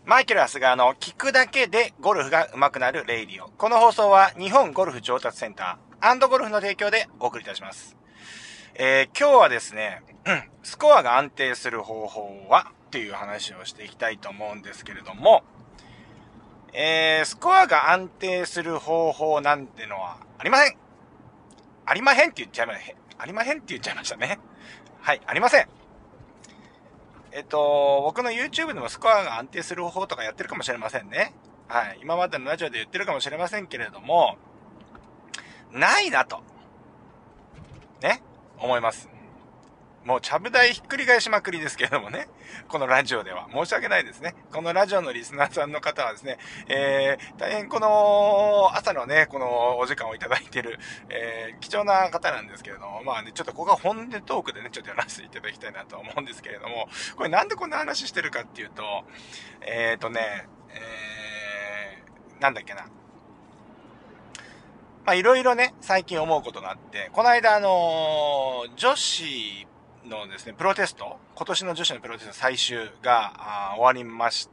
マイケル・ハスガーの聞くだけでゴルフが上手くなるレイディオ。この放送は日本ゴルフ上達センター&ゴルフの提供でお送りいたします。今日はですね、スコアが安定する方法はっていう話をしていきたいと思うんですけれども、スコアが安定する方法なんてのはありません。ありまへんって言っちゃいました。ありまへんって言っちゃいましたね。はい、ありません。僕の YouTube でもスコアが安定する方法とかやってるかもしれませんね。はい。今までのラジオで言ってるかもしれませんけれども、ないなと。ね。思います。もう、ちゃぶ台ひっくり返しまくりですけれどもね。このラジオでは。申し訳ないですね。このラジオのリスナーさんの方はですね、大変この、朝のね、このお時間をいただいている、貴重な方なんですけれども、まあね、ちょっとここは本音トークでね、ちょっとやらせていただきたいなと思うんですけれども、これなんでこんな話してるかっていうと、なんだっけな。まあいろいろね、最近思うことがあって、この間女子のですね、プロテスト、今年の女子のプロテスト最終が終わりました。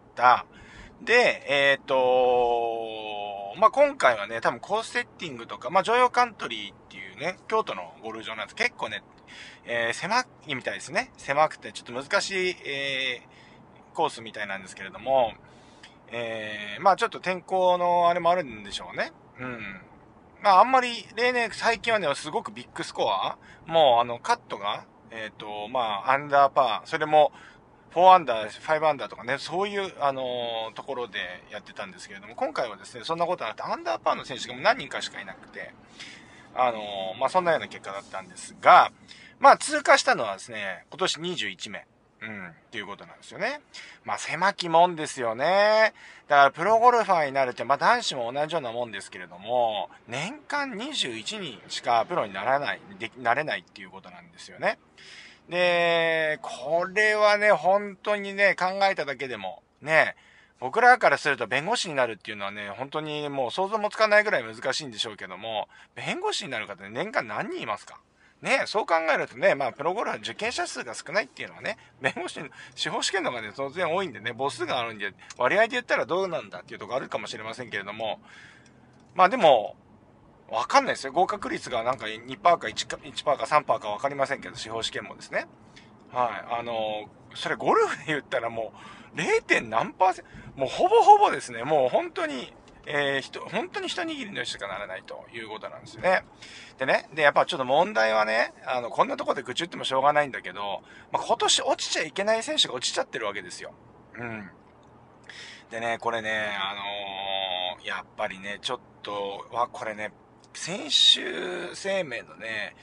で、まあ、今回はね、多分コースセッティングとか、まあ、城陽カントリーっていうね、京都のゴルフ場なんです。結構ね、狭いみたいですね。狭くてちょっと難しい、コースみたいなんですけれども、まあ、ちょっと天候のあれもあるんでしょうね。うん。まあ、あんまり、例年、最近はね、すごくビッグスコアもう、カットが、まあ、アンダーパー、それも、4アンダー、5アンダーとかね、そういう、ところでやってたんですけれども、今回はですね、そんなことなくて、アンダーパーの選手が何人かしかいなくて、まあ、そんなような結果だったんですが、まあ、通過したのはですね、今年21名。っていうことなんですよね。まあ、狭きもんですよね。だから、プロゴルファーになるって、まあ、男子も同じようなもんですけれども、年間21人しかプロになれないっていうことなんですよね。で、これはね、本当にね、考えただけでも、ね、僕らからすると弁護士になるっていうのはね、本当にもう想像もつかないぐらい難しいんでしょうけども、弁護士になる方ね、年間何人いますかね、そう考えるとね、まあ、プロゴルファー受験者数が少ないっていうのはね、弁護士の司法試験の方がね、当然多いんでね、母数があるんで、割合で言ったらどうなんだっていうところあるかもしれませんけれども、まあでも、わかんないですよ。合格率がなんか2%か1%か3%かわかりませんけど、司法試験もですね。はい。それゴルフで言ったらもう 0. 何パーセント、もうほぼほぼですね、もう本当に、本当に一握りの人しかならないということなんですよね。でね、で、やっぱちょっと問題はね、こんなところで愚痴ってもしょうがないんだけど、まあ、今年落ちちゃいけない選手が落ちちゃってるわけですよ。うん。でね、これね、やっぱりね、ちょっと、これね、選手生命のね、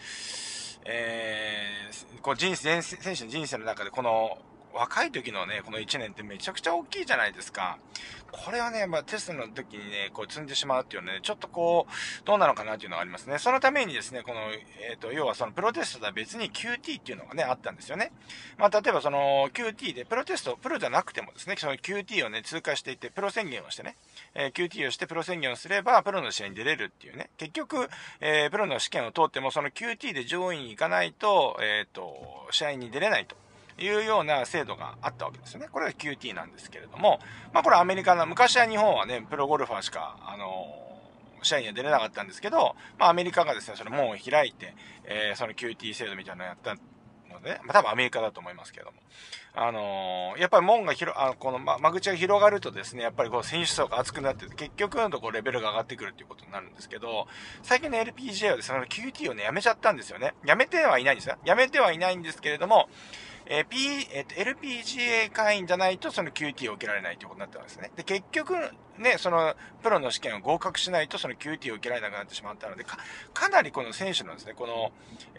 こう選手の人生の中でこの若い時のね、この1年ってめちゃくちゃ大きいじゃないですか。これはね、まあテストの時にね、こう積んでしまうっていうのはね、ちょっとこう、どうなのかなっていうのがありますね。そのためにですね、この、要はそのプロテストとは別に QT っていうのがね、あったんですよね。まあ例えばその QT で、プロテスト、プロじゃなくてもですね、その QT をね、通過していって、プロ宣言をしてね、QT をしてプロ宣言をすれば、プロの試合に出れるっていうね。結局、プロの試験を通っても、その QT で上位に行かないと、試合に出れないと。いうような制度があったわけですよね。これが QT なんですけれども、まあこれはアメリカの、昔は日本はね、プロゴルファーしか、試合には出れなかったんですけど、まあアメリカがですね、それ門を開いて、その QT 制度みたいなのをやったので、まあ多分アメリカだと思いますけども。やっぱり門がこの間口が広がるとですね、やっぱりこう選手層が厚くなって、結局のところレベルが上がってくるっていうことになるんですけど、最近の LPGA はですね、QT をね、やめちゃったんですよね。やめてはいないんですよ。やめてはいないんですけれども、LPGA 会員じゃないとその QT を受けられないということになったんですね。で、結局、ね、その、プロの試験を合格しないとその QT を受けられなくなってしまったので、かなりこの選手のですね、この、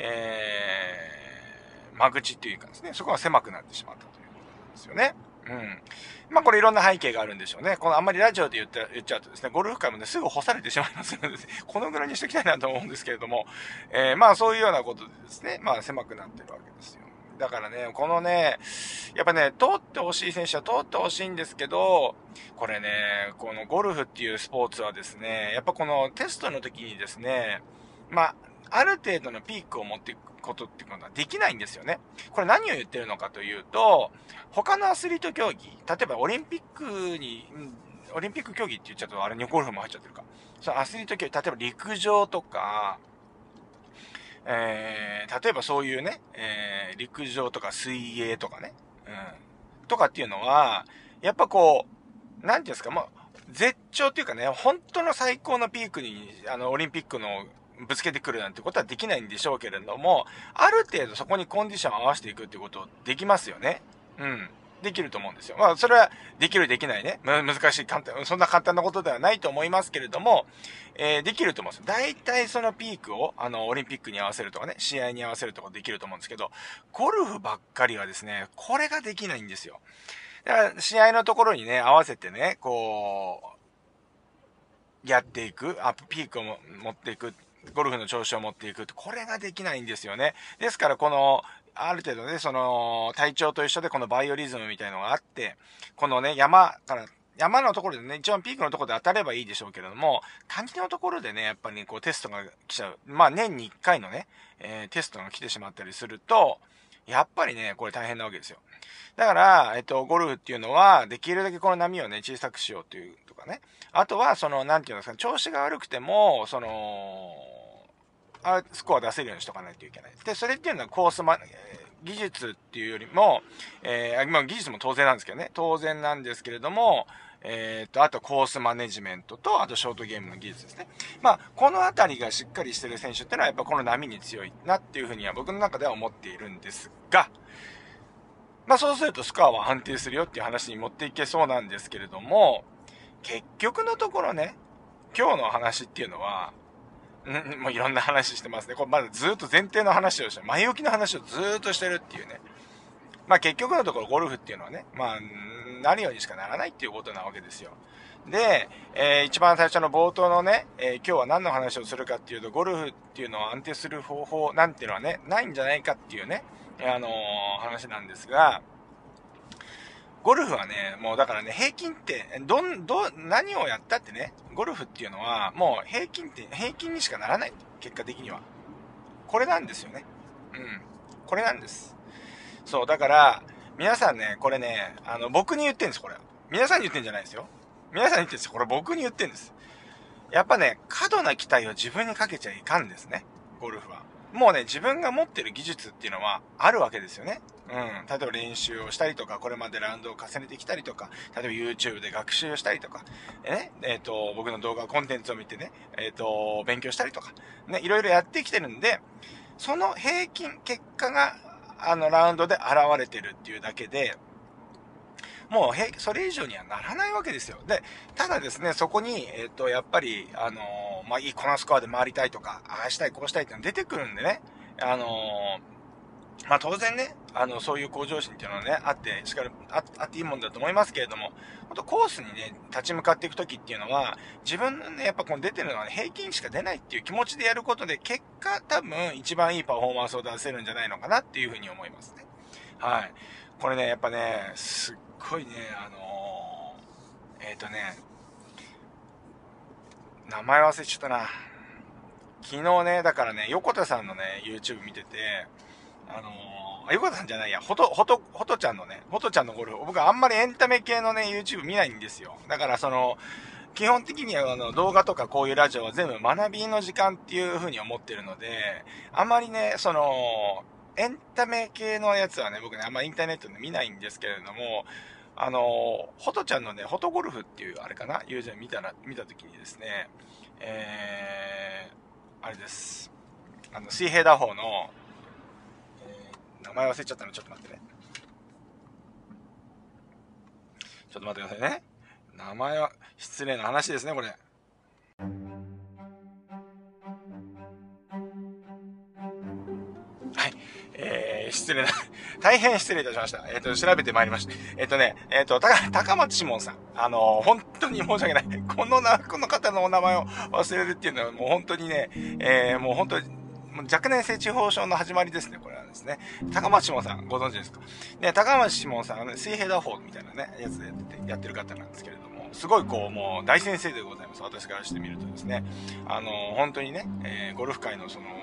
間口っていうかですね、そこが狭くなってしまったということなんですよね。うん。まあこれいろんな背景があるんでしょうね。このあんまりラジオで言っちゃうとですね、ゴルフ界もね、すぐ干されてしまいますので、ね、このぐらいにしときたいなと思うんですけれども、まあそういうようなことでですね、まあ狭くなってるわけですよ。だからね、このね、やっぱね、通ってほしい選手は通ってほしいんですけど、これね、このゴルフっていうスポーツはですね、やっぱこのテストの時にですね、まあ、 ある程度のピークを持っていくことっていうのはできないんですよね。これ何を言ってるのかというと、他のアスリート競技、例えばオリンピック競技って言っちゃうと、あれにゴルフも入っちゃってるか。そのアスリート競技、例えば陸上とか、例えばそういうね、陸上とか水泳とかね、とかっていうのは、やっぱこう、なんていうんですか、絶頂っていうかね、本当の最高のピークに、オリンピックのぶつけてくるなんてことはできないんでしょうけれども、ある程度そこにコンディションを合わせていくってことできますよね。できると思うんですよ。それは、できるできないね。難しい、そんな簡単なことではないと思いますけれども、できると思うんですよ。大体そのピークを、オリンピックに合わせるとかね、試合に合わせるとかできると思うんですけど、ゴルフばっかりはですね、これができないんですよ。だから、試合のところにね、合わせてね、こう、やっていく、ピークを持っていく、ゴルフの調子を持っていく、これができないんですよね。ですから、この、ある程度ね、その、体調と一緒でこのバイオリズムみたいのがあって、このね、山のところでね、一番ピークのところで当たればいいでしょうけれども、谷のところでね、やっぱりこうテストが来ちゃう。年に1回のね、テストが来てしまったりすると、やっぱりね、これ大変なわけですよ。だから、ゴルフっていうのは、できるだけこの波をね、小さくしようというとかね。あとは、なんていうんですかね、調子が悪くても、スコア出せるようにしとかないといけない。で、それっていうのは技術っていうよりも、技術も当然なんですけどね、当然なんですけれども、あとコースマネジメントと、あとショートゲームの技術ですね。このあたりがしっかりしてる選手っていうのは、やっぱこの波に強いなっていうふうには僕の中では思っているんですが、そうするとスコアは安定するよっていう話に持っていけそうなんですけれども、結局のところね、今日の話っていうのは、もういろんな話してますね。これまだずっと前提の話をして、前置きの話をずっとしてるっていうね。結局のところゴルフっていうのはね、なるようにしかならないっていうことなわけですよ。で、一番最初の冒頭のね、今日は何の話をするかっていうと、ゴルフっていうのを安定する方法なんていうのはね、ないんじゃないかっていうね、話なんですが、ゴルフはね、もうだからね、平均って、何をやったってね、ゴルフっていうのは、もう平均にしかならない。結果的には。これなんですよね。これなんです。そう、だから、皆さんね、これね、僕に言ってんです、これ。皆さんに言ってんじゃないですよ。皆さんに言ってんですよ。これ僕に言ってんです。やっぱね、過度な期待を自分にかけちゃいかんですね。ゴルフは。もうね、自分が持ってる技術っていうのはあるわけですよね。例えば練習をしたりとか、これまでラウンドを重ねてきたりとか、例えば YouTube で学習をしたりとか、僕の動画コンテンツを見てね、勉強したりとか、ね、いろいろやってきてるんで、その結果が、ラウンドで現れてるっていうだけで、もう、それ以上にはならないわけですよ。で、ただですね、そこに、やっぱり、このスコアで回りたいとか、ああしたい、こうしたいっての出てくるんでね、当然ね、そういう向上心っていうのはね、あって、あっていいもんだと思いますけれども、本当コースにね、立ち向かっていくときっていうのは、自分のね、やっぱこの出てるのは、ね、平均しか出ないっていう気持ちでやることで、結果多分一番いいパフォーマンスを出せるんじゃないのかなっていうふうに思いますね。はい。これね、やっぱね、すっごいね、名前忘れちゃったな。昨日ね、だからね、横田さんのね、YouTube 見てて、横田さんじゃないや、ほとちゃんのね、ほとちゃんのゴルフ、僕はあんまりエンタメ系のね、YouTube 見ないんですよ。だから基本的には動画とかこういうラジオは全部学びの時間っていう風に思ってるので、あんまりね、エンタメ系のやつはね、僕ね、あんまりインターネットで見ないんですけれども、ほとちゃんのね、ほとゴルフっていう、あれかな、友人見た時にですね、あれです。水平打法の、名前忘れちゃったの、ちょっと待ってね。ちょっと待ってくださいね。名前は、失礼な話ですね、これ。はい。失礼な、大変失礼いたしました。調べてまいりました。高松志門さん。本当に申し訳ない。この方のお名前を忘れるっていうのはもう本当にね、もう本当に、若年性地方症の始まりですね、これはですね。高松志門さん、ご存知ですか？ね、高松志門さんはね、水平打法みたいなね、やつでやってる方なんですけれども、すごいもう大先生でございます。私からしてみるとですね。本当にね、ゴルフ界の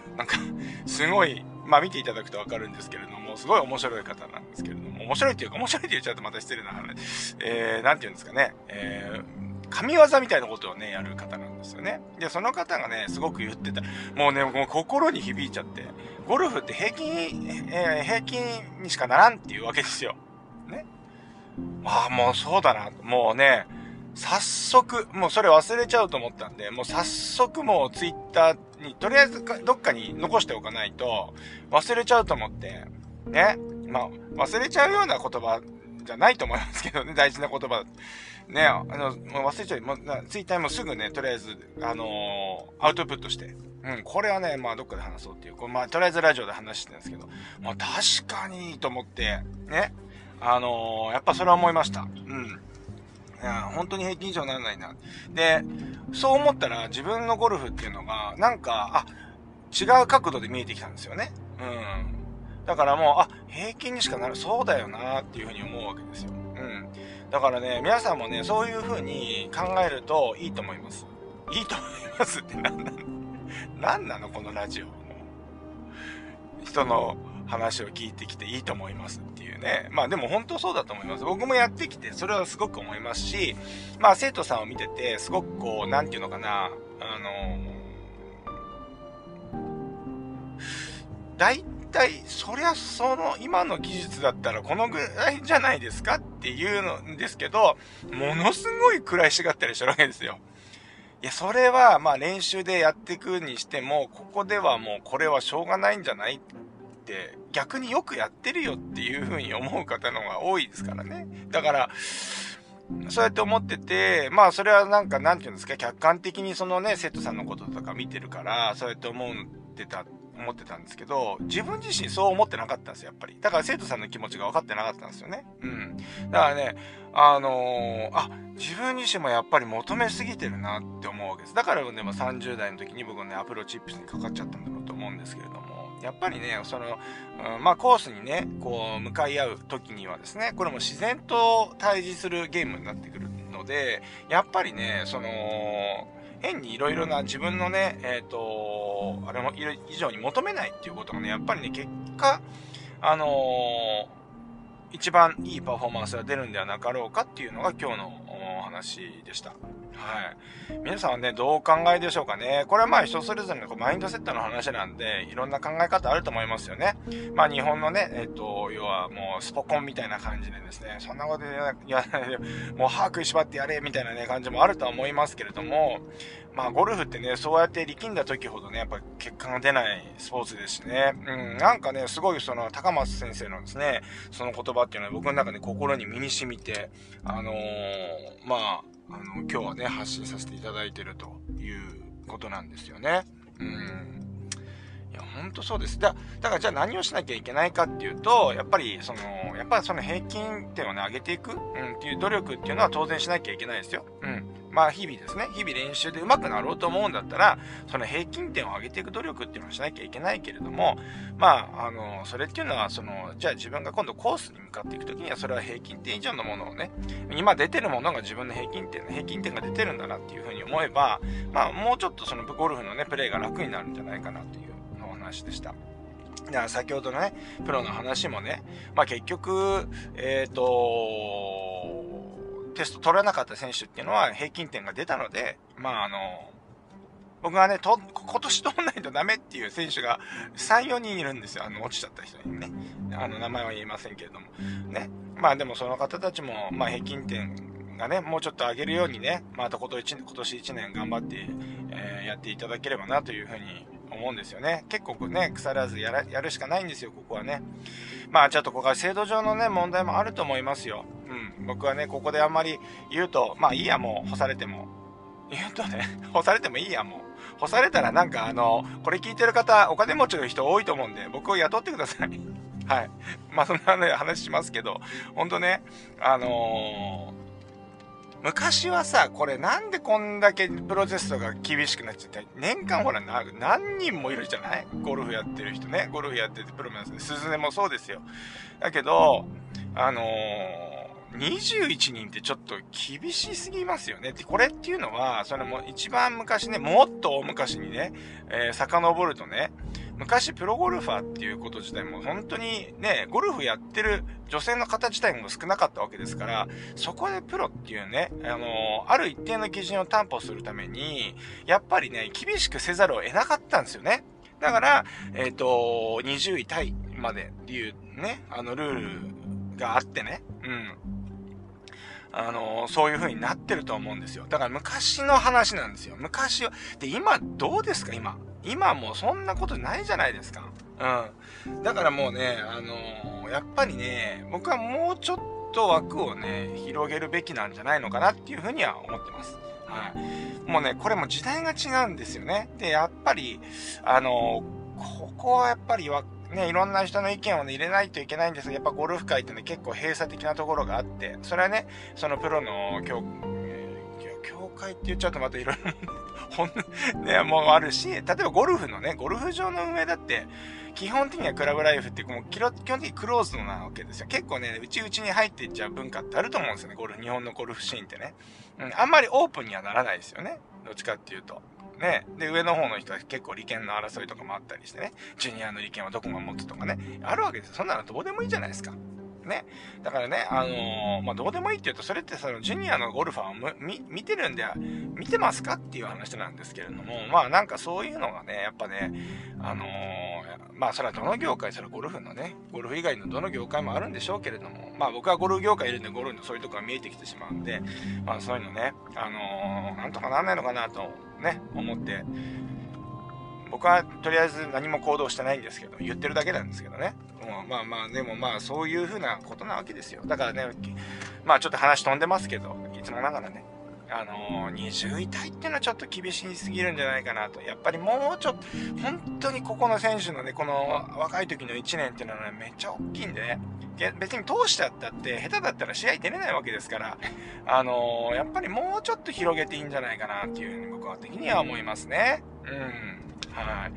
なんか、すごい、まあ見ていただくとわかるんですけれども、すごい面白い方なんですけれども、面白いっていうか、面白いって言っちゃうとまた失礼な話。なんて言うんですかね。神業みたいなことをね、やる方なんですよね。で、その方がね、すごく言ってた。もうね、もう心に響いちゃって、ゴルフって平均にしかならんっていうわけですよ。ね。ああ、もうそうだな。もうね、早速、もうそれ忘れちゃうと思ったんで、もう早速もうツイッターに、とりあえずどっかに残しておかないと、忘れちゃうと思って、ね。まあ、忘れちゃうような言葉じゃないと思いますけどね、大事な言葉。ね、もう忘れちゃう。もうツイッターもすぐね、とりあえず、アウトプットして。うん、これはね、まあ、どっかで話そうっていう。まあ、とりあえずラジオで話してるんですけど、まあ、確かに、と思って、ね。やっぱそれは思いました。うん。いや、本当に平均以上にならないな。で、そう思ったら自分のゴルフっていうのが、なんか、違う角度で見えてきたんですよね。うん。だからもう、平均にしかなる、そうだよなっていうふうに思うわけですよ。うん。だからね、皆さんもね、そういうふうに考えるといいと思います。いいと思いますってなんなのこのラジオ。人の話を聞いてきていいと思いますっていうね。まあでも本当そうだと思います。僕もやってきて、それはすごく思いますし、まあ生徒さんを見てて、すごくこう、なんていうのかな、大体、そりゃその今の技術だったらこのぐらいじゃないですかっていうのですけど、ものすごい暗いしがったりしてるわけですよ。いや、それは、まあ練習でやっていくにしても、ここではもうこれはしょうがないんじゃないって、逆によくやってるよっていう風に思う方の方が多いですからね。だから、そうやって思ってて、まあそれはなんか、なんていうんですか、客観的にそのね、生徒さんのこととか見てるから、そうやって思ってたんですけど、自分自身そう思ってなかったんですよ、やっぱり。だから生徒さんの気持ちが分かってなかったんですよね。うん。だからね、自分自身もやっぱり求めすぎてるなって思うわけです。だからでも30代の時に僕ね、アプローチチップスにかかっちゃったんだろうと思うんですけれども、やっぱりね、まあコースにね、こう向かい合う時にはですね、これも自然と対峙するゲームになってくるので、やっぱりね、変にいろいろな自分のね、あれも以上に求めないっていうことがね、やっぱりね、結果、一番いいパフォーマンスが出るんではなかろうかっていうのが今日のお話でした。はい。皆さんはね、どうお考えでしょうかね。これはまあ人それぞれのマインドセットの話なんで、いろんな考え方あると思いますよね。まあ日本のね、要はもうスポコンみたいな感じでですね、そんなことやらないで、もう歯食いしばってやれみたいなね、感じもあるとは思いますけれども、まあゴルフってね、そうやって力んだ時ほどね、やっぱ結果が出ないスポーツですしね。うん、なんかね、すごい高松先生のですね、その言葉っていうのは僕の中で心に身に染みて、まあ、今日はね、発信させていただいているということなんですよね。いや、ほんとそうです。だからじゃあ何をしなきゃいけないかっていうと、やっぱりその平均点をね、上げていく、っていう努力っていうのは当然しなきゃいけないですよ。まあ日々ですね、日々練習で上手くなろうと思うんだったら、その平均点を上げていく努力っていうのはしなきゃいけないけれども、まあ、それっていうのは、じゃあ自分が今度コースに向かっていくときには、それは平均点以上のものをね、今出てるものが自分の平均点が出てるんだなっていうふうに思えば、まあ、もうちょっとゴルフのね、プレイが楽になるんじゃないかなというお話でした。だから先ほどのね、プロの話もね、まあ結局、テスト取らなかった選手っていうのは平均点が出たので、まあ僕がね、今年取んないとダメっていう選手が3、4人いるんですよ。落ちちゃった人にね。名前は言えませんけれども。ね。まあでもその方たちも、まあ平均点がね、もうちょっと上げるようにね、また今年1年頑張って、やっていただければなというふうに思うんですよね。結構ね、腐らずやるしかないんですよ、ここはね。まあちょっとここは制度上のね、問題もあると思いますよ。僕はね、ここであんまり言うと、まあいいや、もう干されても。言うとね、干されてもいいや、もう。干されたらなんかこれ聞いてる方、お金持ちの人多いと思うんで、僕を雇ってください。はい。まあそんなね、話しますけど、ほんとね、昔はさ、これなんでこんだけプロテストが厳しくなっちゃった？年間ほら何人もいるじゃない？ゴルフやってる人ね。ゴルフやっててプロ目指す。鈴音もそうですよ。だけど、21人ってちょっと厳しすぎますよね。これっていうのは、もう一番昔ね、もっと大昔にね、遡るとね、 昔プロゴルファーっていうこと自体も本当にね、ゴルフやってる女性の方自体も少なかったわけですから、そこでプロっていうね、ある一定の基準を担保するために、やっぱりね、厳しくせざるを得なかったんですよね。だから、20位タイまでっていうね、ルールがあってね、そういう風になってると思うんですよ。だから昔の話なんですよ。昔は。で、今どうですか今もうそんなことないじゃないですか。だからもうね、やっぱりね、僕はもうちょっと枠をね、広げるべきなんじゃないのかなっていう風には思ってます。はい。もうね、これも時代が違うんですよね。で、やっぱり、ここはやっぱりね、いろんな人の意見をね、入れないといけないんですが、やっぱゴルフ界ってね、結構閉鎖的なところがあって、それはね、そのプロの協会って言っちゃうとまたいろいろね、もうあるし、例えばゴルフのね、ゴルフ場の運営だって、基本的にはクラブライフってもう基本的にクローズドなわけですよ。結構ね、内々に入っていっちゃう文化ってあると思うんですよね、日本のゴルフシーンってね。あんまりオープンにはならないですよね。どっちかっていうと。ね。で、上の方の人は結構利権の争いとかもあったりしてね。ジュニアの利権はどこが持つとかね。あるわけですよ。そんなのどうでもいいじゃないですか。ね。だからね、どうでもいいって言うと、それってそのジュニアのゴルファーを見てるんで、見てますかっていう話なんですけれども、なんかそういうのがね、やっぱね、それはどの業界、それはゴルフのね、ゴルフ以外のどの業界もあるんでしょうけれども、僕はゴルフ業界いるんで、ゴルフのそういうとこが見えてきてしまうんで、そういうのね、なんとかなんないのかなとね、思って、僕はとりあえず何も行動してないんですけど、言ってるだけなんですけどね。でもそういう風なことなわけですよ。だからね、ちょっと話飛んでますけど、いつもながらね、20位タイっていうのはちょっと厳しすぎるんじゃないかなと。やっぱりもうちょっと、本当にここの選手のね、この若い時の1年っていうのはね、めっちゃ大きいんでね、別に通してあったって、下手だったら試合出れないわけですから、やっぱりもうちょっと広げていいんじゃないかなっていうふうに僕は的には思いますね。はい。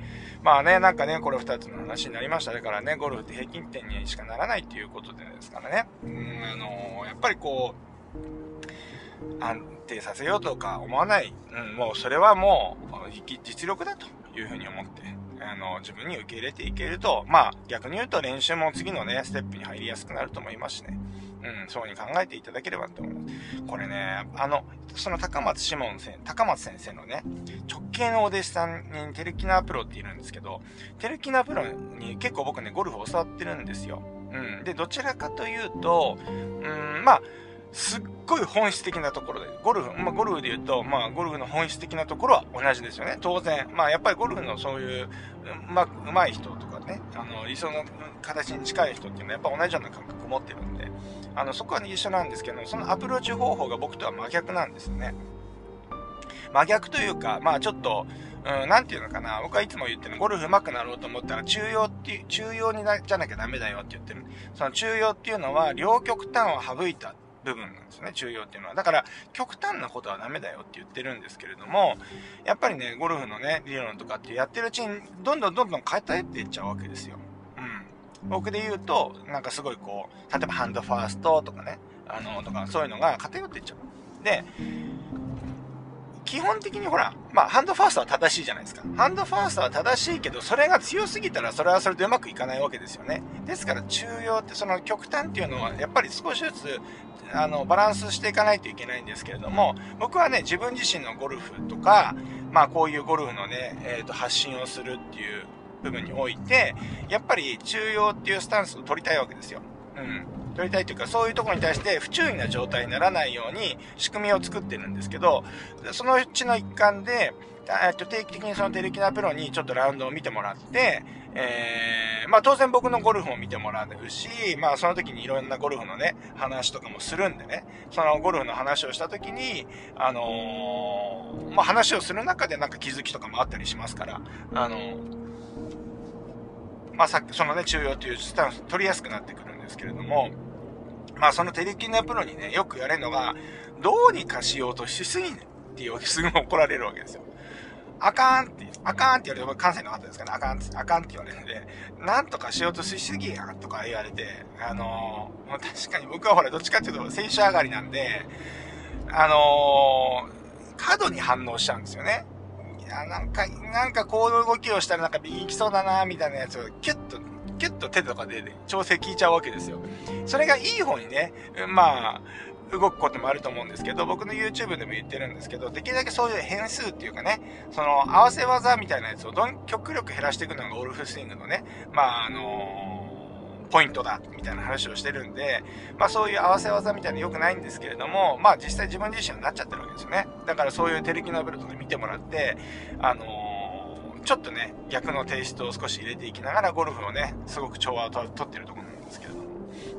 なんかね、これ2つの話になりました。だからね、ゴルフって平均点にしかならないっていうことでですからね。やっぱりこう、安定させようとか思わない。もうそれはもう、実力だというふうに思って、自分に受け入れていけると、逆に言うと練習も次のね、ステップに入りやすくなると思いますしね。そういうふうに考えていただければと思います。これね、その高松先生のね、直系のお弟子さんにテルキナープロっているんですけど、テルキナープロに結構僕ね、ゴルフを教わってるんですよ。で、どちらかというと、すっごい本質的なところで、ゴルフで言うと、ゴルフの本質的なところは同じですよね。当然。やっぱりゴルフのそういう、うまい人とかね、理想の形に近い人っていうのはやっぱ同じような感覚を持ってるんで、そこは一緒なんですけど、そのアプローチ方法が僕とは真逆なんですよね。真逆というか、ちょっと、なんていうのかな、僕はいつも言ってるの、ゴルフ上手くなろうと思ったら中庸じゃなきゃダメだよって言ってる。その中庸っていうのは、両極端を省いた部分なんですね、中庸っていうのは。だから、極端なことはダメだよって言ってるんですけれども、やっぱりね、ゴルフのね、理論とかってやってるうちに、どんどん偏っていっちゃうわけですよ。僕で言うと、なんかすごいこう、例えばハンドファーストとかね、とかそういうのが偏っていっちゃう。で、基本的にほら、ハンドファーストは正しいじゃないですか。ハンドファーストは正しいけど、それが強すぎたら、それはそれでうまくいかないわけですよね。ですから、中庸ってその極端っていうのは、やっぱり少しずつ、バランスしていかないといけないんですけれども、僕はね、自分自身のゴルフとか、こういうゴルフのね、発信をするっていう部分において、やっぱり中庸っていうスタンスを取りたいわけですよ。取りたいというか、そういうところに対して不注意な状態にならないように仕組みを作ってるんですけど、そのうちの一環で、定期的にそのテレキナプロにちょっとラウンドを見てもらって、当然僕のゴルフも見てもらうし、その時にいろんなゴルフのね、話とかもするんでね、そのゴルフの話をした時に、話をする中でなんか気づきとかもあったりしますから、さっきそのね、中庸というスタンス取りやすくなってくるんですけれども、そのテレキナプロにね、よく言われるのが、どうにかしようとしすぎねっていうすぐ怒られるわけですよ。あかんって言われて、関西の方ですからね、あかんって言われるんで、なんとかしようとしすぎやんとか言われて、確かに僕はほら、どっちかっていうと、選手上がりなんで、過度に反応しちゃうんですよね。 なんかこういう動きをしたらなんかいきそうだな、みたいなやつをキュッと手とかで、ね、調整効いちゃうわけですよ。それがいい方にね、まあ、動くこともあると思うんですけど、僕の YouTube でも言ってるんですけど、できるだけそういう変数っていうかね、その合わせ技みたいなやつを極力減らしていくのがゴルフスイングのね、まあポイントだ、みたいな話をしてるんで、まあそういう合わせ技みたいなの良くないんですけれども、まあ実際自分自身はなっちゃってるわけですよね。だからそういうテレキナブルとか見てもらって、ちょっとね、逆のテイストを少し入れていきながらゴルフをね、すごく調和をとってるところなんですけれども。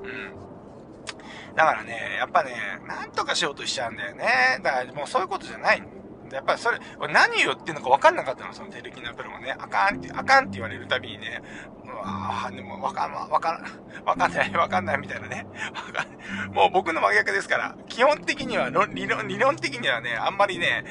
だからね、やっぱね、なんとかしようとしちゃうんだよね。だからもうそういうことじゃないの。やっぱりそれ、何言ってんのか分かんなかったの、そのテレキナプロもね。あかんって言われるたびにね、でも分かんないみたいなね。もう僕の真逆ですから、基本的には理論的にはね、あんまりね、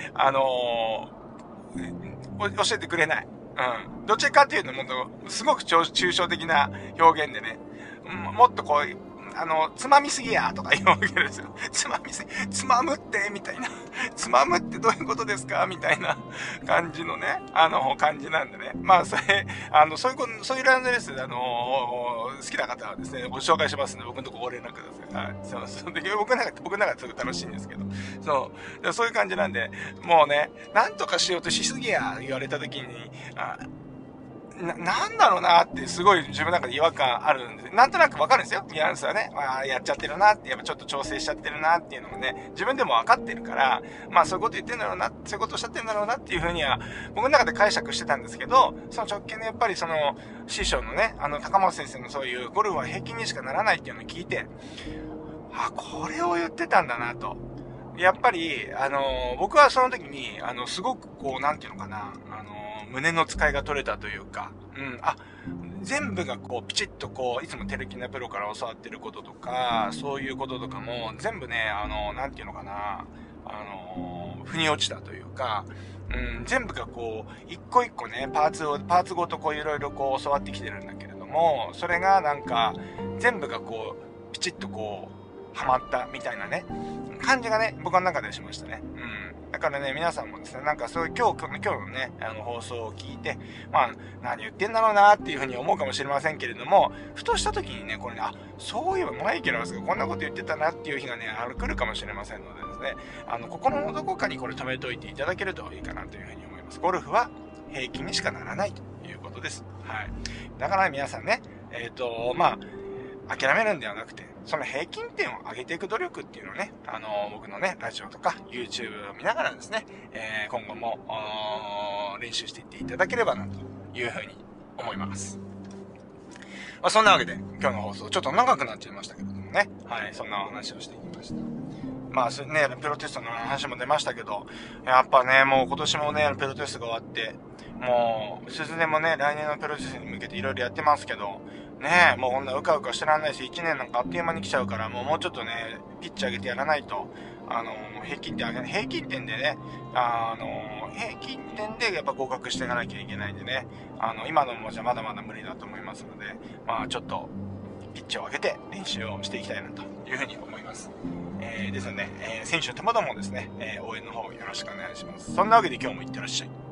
教えてくれない。どっちかっていうと、すごく抽象的な表現でね、もっとこう、つまみすぎやとか言うわけですよ。つまむってみたいな。つまむってどういうことですかみたいな感じのね、感じなんでね。まあ、そういうラウンドレースで、好きな方はですね、ご紹介しますので、僕のとこご連絡ください。はい。そうで、僕なんかすごく楽しいんですけど。そういう感じなんで、もうね、なんとかしようとしすぎや言われた時に、なんだろうなってすごい自分の中で違和感あるんで、なんとなくわかるんですよ。ニュアンスはね。やっちゃってるなって、やっぱちょっと調整しちゃってるなっていうのもね、自分でもわかってるから、まあそういうこと言ってんだろうな、そういうことおっしゃってんだろうなっていうふうには、僕の中で解釈してたんですけど、その直近のやっぱりその、師匠のね、高松先生のそういうゴルフは平均にしかならないっていうのを聞いて、これを言ってたんだなと。やっぱり、僕はその時に、すごくこう、なんていうのかな、胸の使いが取れたというか、全部がこう、ピチッとこう、いつもテレキナプロから教わってることとか、そういうこととかも、全部ね、なんていうのかな、腑に落ちたというか、全部がこう、一個一個ね、パーツごとこう、いろいろこう、教わってきてるんだけれども、それがなんか、全部がこう、ピチッとこう、ハマったみたいなね、感じがね、僕の中でしましたね。だからね、皆さんもですね、なんかそういう今日のね、放送を聞いて、まあ、何言ってんだろうなっていうふうに思うかもしれませんけれども、ふとした時にね、これね、そういえばマイケルはこんなこと言ってたなっていう日がね、来るかもしれませんのでですね、心のどこかにこれ止めといていただけるといいかなというふうに思います。ゴルフは平均にしかならないということです。はい。だから皆さんね、まあ、諦めるんではなくて、その平均点を上げていく努力っていうのをね、僕のね、ラジオとか YouTube を見ながらですね、今後も練習していっていただければなというふうに思います。まあ、そんなわけで、今日の放送ちょっと長くなっちゃいましたけれどもね、はい、そんなお話をしていきました。まあね、プロテストの話も出ましたけど、やっぱね、もう今年もね、プロテストが終わって、もう、鈴音もね、来年のプロテストに向けていろいろやってますけど、ねえ、もうこんなうかうかしてらんないし、1年なんかあっという間に来ちゃうから、もうちょっとね、ピッチ上げてやらないと、平均点でね、平均点でやっぱ合格していかなきゃいけないんでね、今のもじゃまだまだ無理だと思いますので、まあちょっと、ピッチを上げて練習をしていきたいなというふうに思います。ですので、選手ともどもですね、応援の方よろしくお願いします。そんなわけで今日もいってらっしゃい。